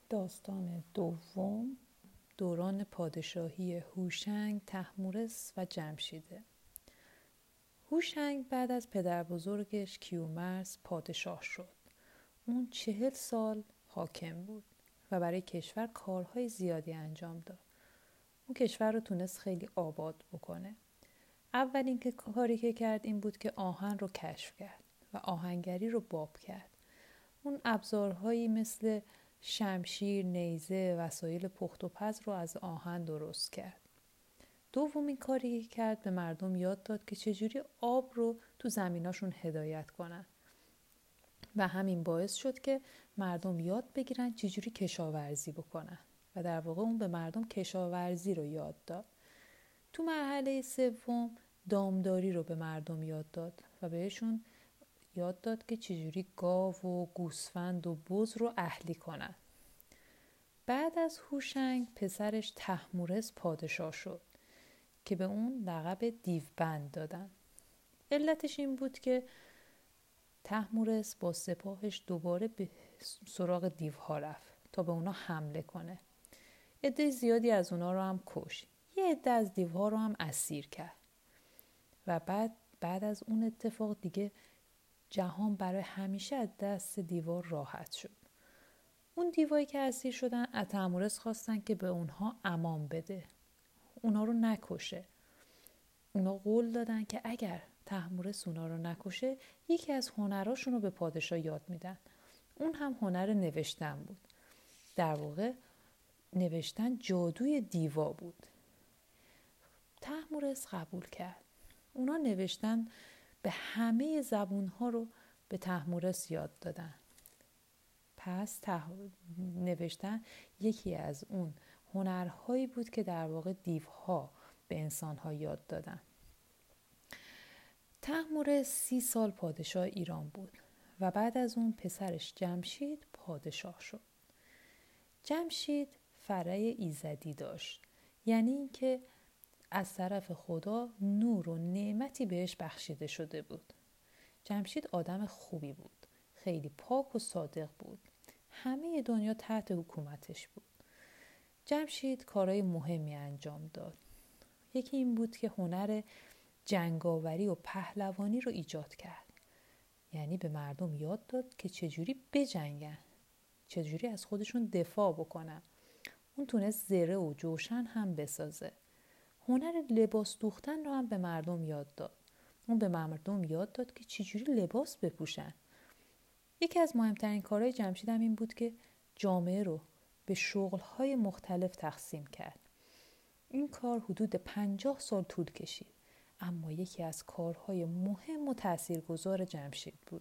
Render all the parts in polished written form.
داستان دوم، دوران پادشاهی هوشنگ، طهمورث و جمشیده. هوشنگ بعد از پدر بزرگش کیومرث پادشاه شد. اون 40 سال حاکم بود و برای کشور کارهای زیادی انجام داد. اون کشور رو تونست خیلی آباد بکنه. اولین کاری که کرد این بود که آهن رو کشف کرد و آهنگری رو باب کرد. اون ابزارهایی مثل شمشیر، نیزه، وسایل پخت و پز رو از آهن درست کرد. دومین کاری که کرد به مردم یاد داد که چجوری آب رو تو زمیناشون هدایت کنن و همین باعث شد که مردم یاد بگیرن چجوری کشاورزی بکنن و در واقع اون به مردم کشاورزی رو یاد داد. تو مرحله سوم دامداری رو به مردم یاد داد و بهشون یاد داد که چجوری گاو و گوسفند و بز رو اهلی کنن. بعد از هوشنگ پسرش طهمورث پادشاه شد که به اون لقب دیوبند دادن. علتش این بود که طهمورث با سپاهش دوباره به سراغ دیوها رفت تا به اونا حمله کنه. عده زیادی از اونا رو هم کشت. یه عده از دیوها رو هم اسیر کرد. و بعد از اون اتفاق دیگه جهان برای همیشه از دست دیوار راحت شد. اون دیوایی که اسیر شدن از طهمورث خواستن که به اونها امان بده. اونا رو نکشه. اونا قول دادن که اگر طهمورث اونا رو نکشه یکی از هنراشون رو به پادشاه یاد میدن. اون هم هنر نوشتن بود. در واقع نوشتن جادوی دیوا بود. طهمورث قبول کرد. اونا نوشتن به همه زبونها رو به طهمورث یاد دادن. پس نوشتن یکی از اون هنرهایی بود که در واقع دیوها به انسانها یاد دادن. طهمورث 30 سال پادشاه ایران بود و بعد از اون پسرش جمشید پادشاه شد. جمشید فرع ایزدی داشت، یعنی اینکه از طرف خدا نور و نعمتی بهش بخشیده شده بود. جمشید آدم خوبی بود، خیلی پاک و صادق بود. همه دنیا تحت حکومتش بود. جمشید کارهای مهمی انجام داد. یکی این بود که هنر جنگاوری و پهلوانی رو ایجاد کرد. یعنی به مردم یاد داد که چجوری بجنگن، چجوری از خودشون دفاع بکنن. اون تونست زره و جوشن هم بسازه. هنر لباس دوختن رو هم به مردم یاد داد. اون به مردم یاد داد که چجوری لباس بپوشن. یکی از مهمترین کارهای جمشید هم این بود که جامعه رو به شغل‌های مختلف تقسیم کرد. این کار حدود 50 سال طول کشید، اما یکی از کارهای مهم و تاثیرگذار جمشید بود.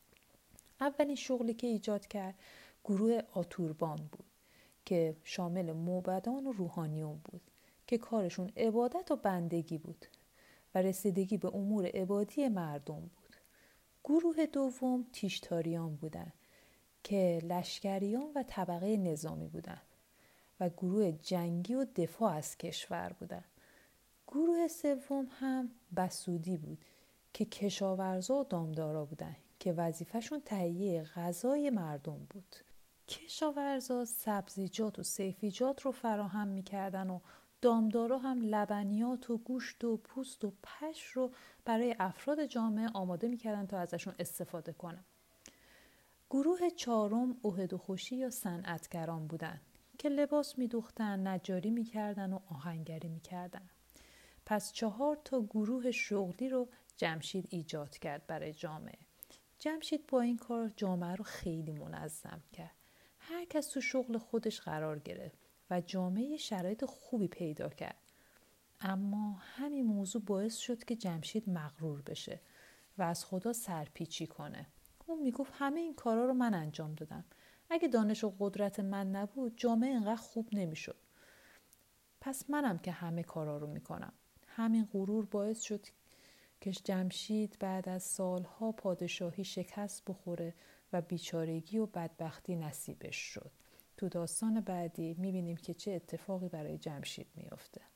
اولین شغلی که ایجاد کرد گروه آتوربان بود که شامل موبدان و روحانیون بود که کارشون عبادت و بندگی بود و رسیدگی به امور عبادی مردم بود. گروه دوم تیشتاریان بودند که لشکریان و طبقه نظامی بودند و گروه جنگی و دفاع از کشور بودند. گروه سوم هم بسودی بود که کشاورزا و دامدارا بودند که وظیفه‌شون تهیه غذای مردم بود. کشاورزا سبزیجات و سیفیجات رو فراهم می‌کردن و دامدارا هم لبنیات و گوشت و پوست و پشم رو برای افراد جامعه آماده می‌کردن تا ازشون استفاده کنن. گروه چهارم اهدوخوشی یا صنعتگران بودن که لباس می‌دوختن، نجاری می‌کردن و آهنگری می‌کردن. پس 4 گروه شغلی رو جمشید ایجاد کرد برای جامعه. جمشید با این کار جامعه رو خیلی منظم کرد. هر کس تو شغل خودش قرار گرفت و جامعه شرایط خوبی پیدا کرد. اما همین موضوع باعث شد که جمشید مغرور بشه و از خدا سرپیچی کنه. اون میگفت همه این کارا رو من انجام دادم. اگه دانش و قدرت من نبود جامعه اینقدر خوب نمیشد. پس منم که همه کارا رو میکنم. همین غرور باعث شد که جمشید بعد از سالها پادشاهی شکست بخوره و بیچارگی و بدبختی نصیبش شد. تو داستان بعدی میبینیم که چه اتفاقی برای جمشید میفته.